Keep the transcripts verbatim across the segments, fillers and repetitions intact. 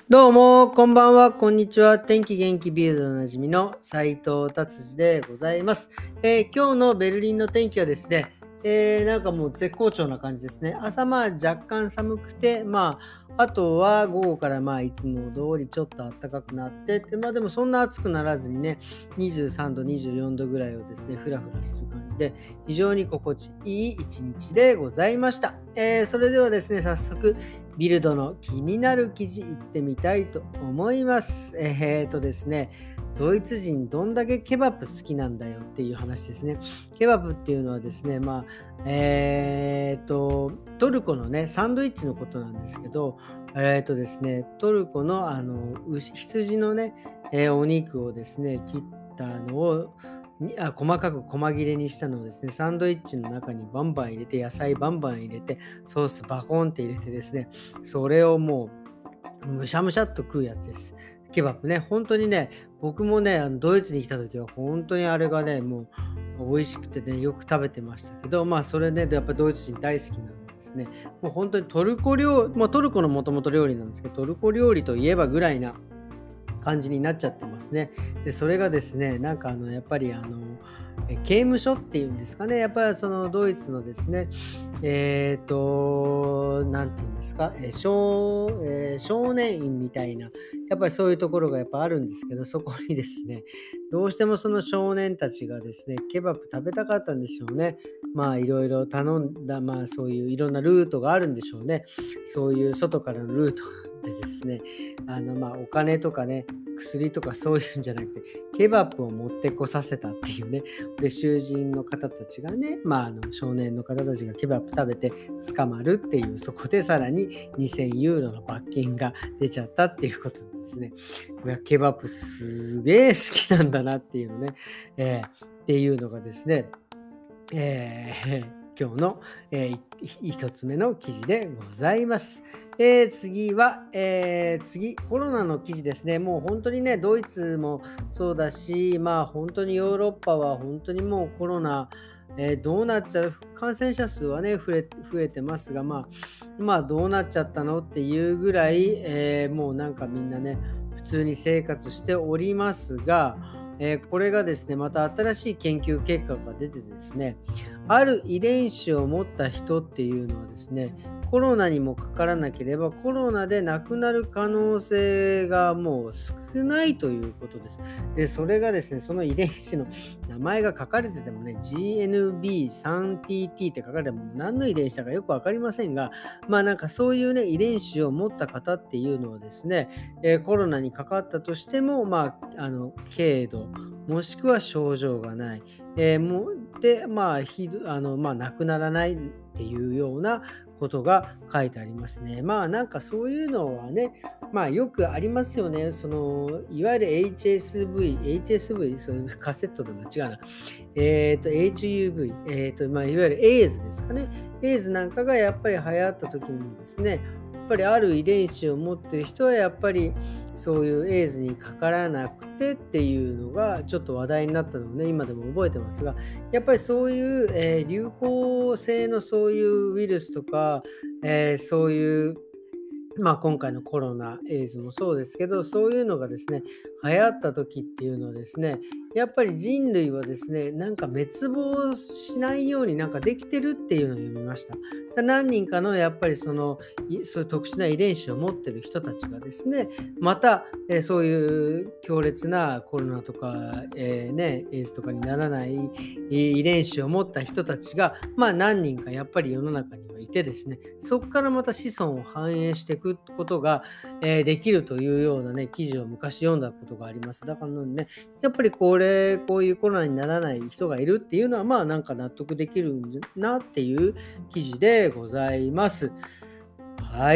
どうも、こんばんは、こんにちは。天気元気ビルドでおなじみの斉藤達治でございます、えー今日のベルリンの天気はですね、えーなんかもう絶好調な感じですね。朝まあ若干寒くて、まあ、あとは午後からまあいつも通りちょっと暖かくなってって、まあでもそんな暑くならずにね、にじゅうさんど、にじゅうよんどぐらいをですね、ふらふらする感じで、非常に心地いい一日でございました。えーそれではですね、早速、ビルドの気になる記事いってみたいと思います。えーとですね、ドイツ人どんだけケバブ好きなんだよっていう話ですね。ケバブっていうのはですね、まあ、えーと、トルコのね、サンドイッチのことなんですけど、えーとですね、トルコのあの牛羊のね、えーお肉をですね、切ったのをにあ細かく細切れにしたのをですね、サンドイッチの中にバンバン入れて、野菜バンバン入れて、ソースバコンって入れてですね、それをもうむしゃむしゃっと食うやつです。ケバブね、本当にね、僕もね、あのドイツに来た時は本当にあれがね、もう美味しくてね、よく食べてましたけど、まあそれね、やっぱドイツ人大好きなのですね、もう本当にトルコ料、まあトルコのもともと料理なんですけど、トルコ料理といえばぐらいな感じになっちゃってますね。で、それがですね、なんかあのやっぱりあのえ刑務所っていうんですかね、やっぱりそのドイツのですね、えっと、なんていうんですか、えー少えー少年院みたいな、やっぱりそういうところがやっぱあるんですけど、そこにですね、どうしてもその少年たちがですね、ケバブ食べたかったんでしょうね。まあいろいろ頼んだ、まあそういういろんなルートがあるんでしょうね。そういう外からのルートでですね、あのまあお金とかね、薬とかそういうんじゃなくて、ケバブを持ってこさせたっていうね。で、囚人の方たちがね、まあ、あの少年の方たちがケバブ食べて捕まるっていう、そこでさらににせんユーロの罰金が出ちゃったっていうことでですね、いやケバブすげえ好きなんだなっていうのね、えーっていうのがですね、えー今日の、えーい一つ目の記事でございます。えー次は、えー次、コロナの記事ですね。もう本当にね、ドイツもそうだし、まあ本当にヨーロッパは本当にもうコロナ、えーどうなっちゃう、感染者数はね、増え増えてますが、まあ、まあどうなっちゃったのっていうぐらい、えーもうなんかみんなね、普通に生活しておりますが、えーこれがですね、また新しい研究結果が出てですね、ある遺伝子を持った人っていうのはですね、コロナにもかからなければコロナで亡くなる可能性がもう少ないということです。で、それがですね、その遺伝子の名前が書かれててもね、ジーエヌビースリーティーティー って書かれても何の遺伝子だかよくわかりませんが、まあなんかそういうね、遺伝子を持った方っていうのはですね、えーコロナにかかったとしても、まあ、あの、軽度、もしくは症状がない。えーもうで、まあ、ひどあの、まあ、亡くならないっていうようなことが書いてありますね。まあ、なんかそういうのはね、まあ、よくありますよね。その、いわゆる エイチエスブイ、エイチエスブイ、そういうカセットでも違うな。えっと、エイチユーブイ、えっと、まあ、いわゆるエイズですかね。エイズなんかがやっぱり流行った時にですね、やっぱりある遺伝子を持ってる人はやっぱりそういうエイズにかからなくてっていうのがちょっと話題になったのをね、今でも覚えてますが、やっぱりそういう、えー流行性のそういうウイルスとか、えーそういうまあ、今回のコロナ、エイズもそうですけど、そういうのがですね、流行った時っていうのはですね、やっぱり人類はですね、なんか滅亡しないようになんかできてるっていうのを読みました。だ何人かのやっぱりその、いそういう特殊な遺伝子を持ってる人たちがですね、また、えーそういう強烈なコロナとか、えーね、エイズとかにならないえー遺伝子を持った人たちが、まあ何人かやっぱり世の中にはいてですね、そこからまた子孫を繁栄していくことが、えーできるというようなね、記事を昔読んだことがあります。だからね、やっぱりこれ、こういうコロナにならない人がいるっていうのは、まあなんか納得できるんだなっていう記事でございます。はい、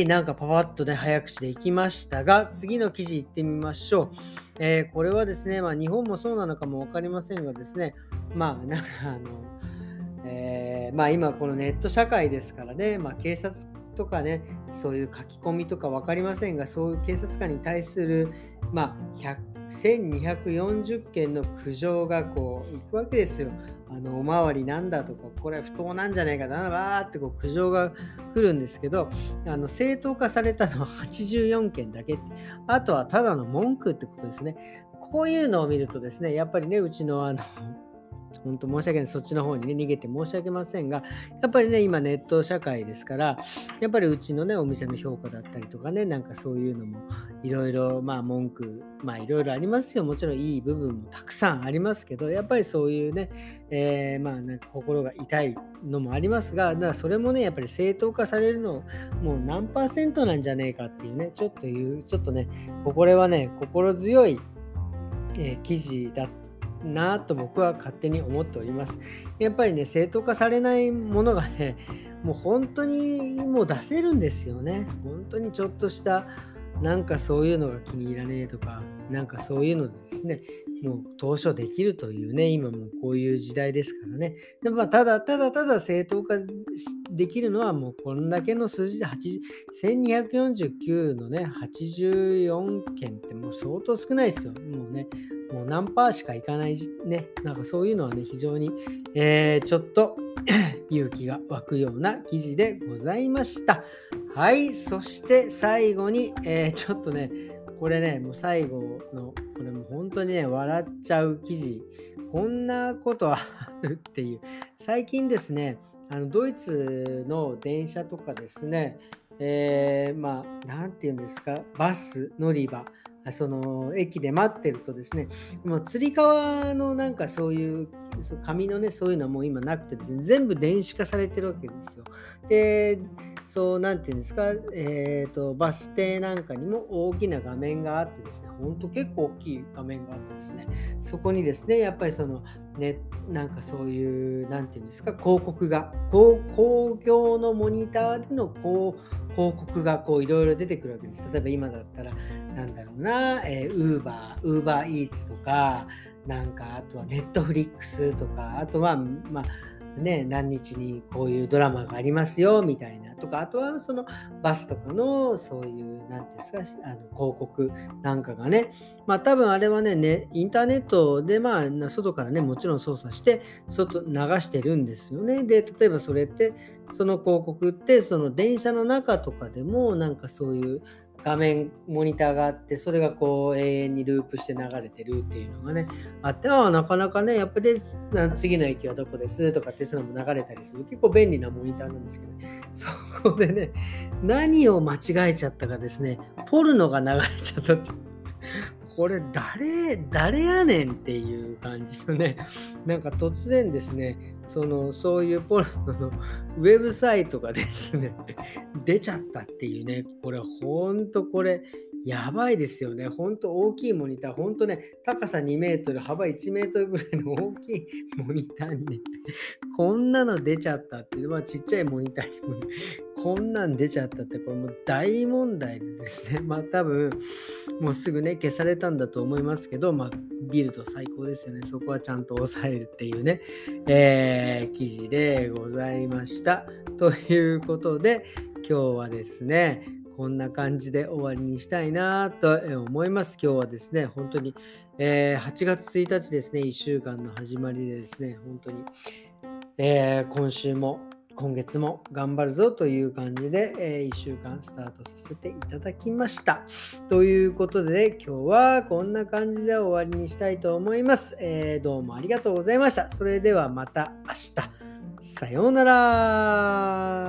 なんかパパッとね、早口でいきましたが、次の記事いってみましょう。えーこれはですね、まあ日本もそうなのかもわかりませんがですね、まあなんかあの、えーまあ今このネット社会ですからね、まあ警察とかね、そういう書き込みとか分かりませんが、そういう警察官に対する、まあ、ひゃくせんにひゃくよんじゅっけんの苦情がこう行くわけですよ。あのおまわりなんだとか、これ不当なんじゃないかな、わーってこう苦情が来るんですけど、あの正当化されたのははちじゅうよんけんだけって、あとはただの文句ってことですね。こういうのを見るとですね、やっぱりね、うちのあの本当申し訳ない、そっちの方にね、逃げて申し訳ませんが、やっぱりね、今ネット社会ですから、やっぱりうちのね、お店の評価だったりとかね、なんかそういうのもいろいろ、まあ文句、まあいろいろありますよ。もちろんいい部分もたくさんありますけど、やっぱりそういうね、えーまあなんか心が痛いのもありますが、だからそれもね、やっぱり正当化されるの、もう何パーセントなんじゃねえかっていうね、ちょっという、ちょっとね、これはね、心強いえー記事だなと僕は勝手に思っております。やっぱりね、正当化されないものがね、もう本当にもう出せるんですよね。本当にちょっとしたなんかそういうのが気に入らねえとか、なんかそういうのでですね、もう投書できるというね、今もうこういう時代ですからね。でもまあただただただ正当化しできるのはもうこんだけの数字ではちじゅうせんにひゃくよんじゅうきゅうのね、はちじゅうよんけんってもう相当少ないですよ。もうね、もう何パーしかいかないじね、なんかそういうのはね、非常に、えーちょっと勇気が湧くような記事でございました。はい、そして最後に、えーちょっとね、これね、もう最後の、これもう本当にね、笑っちゃう記事、こんなことあるっていう、最近ですね、あのドイツの電車とかですね、えーまあ、なんていうんですか、バス乗り場、あその駅で待ってるとですね、もうつり革のなんかそういう、そう紙のね、そういうのはもう今なくてですね、全部電子化されてるわけですよ。で、そう、なんていうんですか、えーと、バス停なんかにも大きな画面があってですね、ほんと結構大きい画面があってですね、そこにですね、やっぱりその、ね、なんかそういう、なんていうんですか、広告が、こう公共のモニターでのこう広告がこういろいろ出てくるわけです。例えば今だったら、なんだろうな、えー、Uber、Uber Eats とか、なんかあとは Netflix とか、あとは、まあ、ね、何日にこういうドラマがありますよみたいなとか、あとはそのバスとかのそういうなんていうんですか、あの広告なんかがね、まあ多分あれはね、ねインターネットでまあな外からねもちろん操作して外流してるんですよね。で、例えばそれってその広告ってその電車の中とかでもなんかそういう画面モニターがあって、それがこう永遠にループして流れてるっていうのがねあって、ああなかなかねやっぱりな次の駅はどこですとかってそういうのも流れたりする結構便利なモニターなんですけど、そこでね何を間違えちゃったかですね、ポルノが流れちゃったって、これ誰誰やねんっていう感じのね、なんか突然ですね、そのそういうポルノのウェブサイトがですね出ちゃったっていうね、これほんとこれやばいですよね。ほんと大きいモニター、ほんとね、高さにメートル、幅いちメートルぐらいの大きいモニターにね、こんなの出ちゃったっていう、まあちっちゃいモニターにもね、こんなん出ちゃったって、これもう大問題でですね、まあ多分、もうすぐね、消されたんだと思いますけど、まあビルド最高ですよね。そこはちゃんと抑えるっていうね、えー記事でございました。ということで、今日はですね、こんな感じで終わりにしたいなと思います。今日はですね、本当に、えーはちがつついたちですね、いっしゅうかんの始まりでですね、本当に、えー今週も今月も頑張るぞという感じで、えーいっしゅうかんスタートさせていただきました。ということで、今日はこんな感じで終わりにしたいと思います。えーどうもありがとうございました。それではまた明日。さようなら。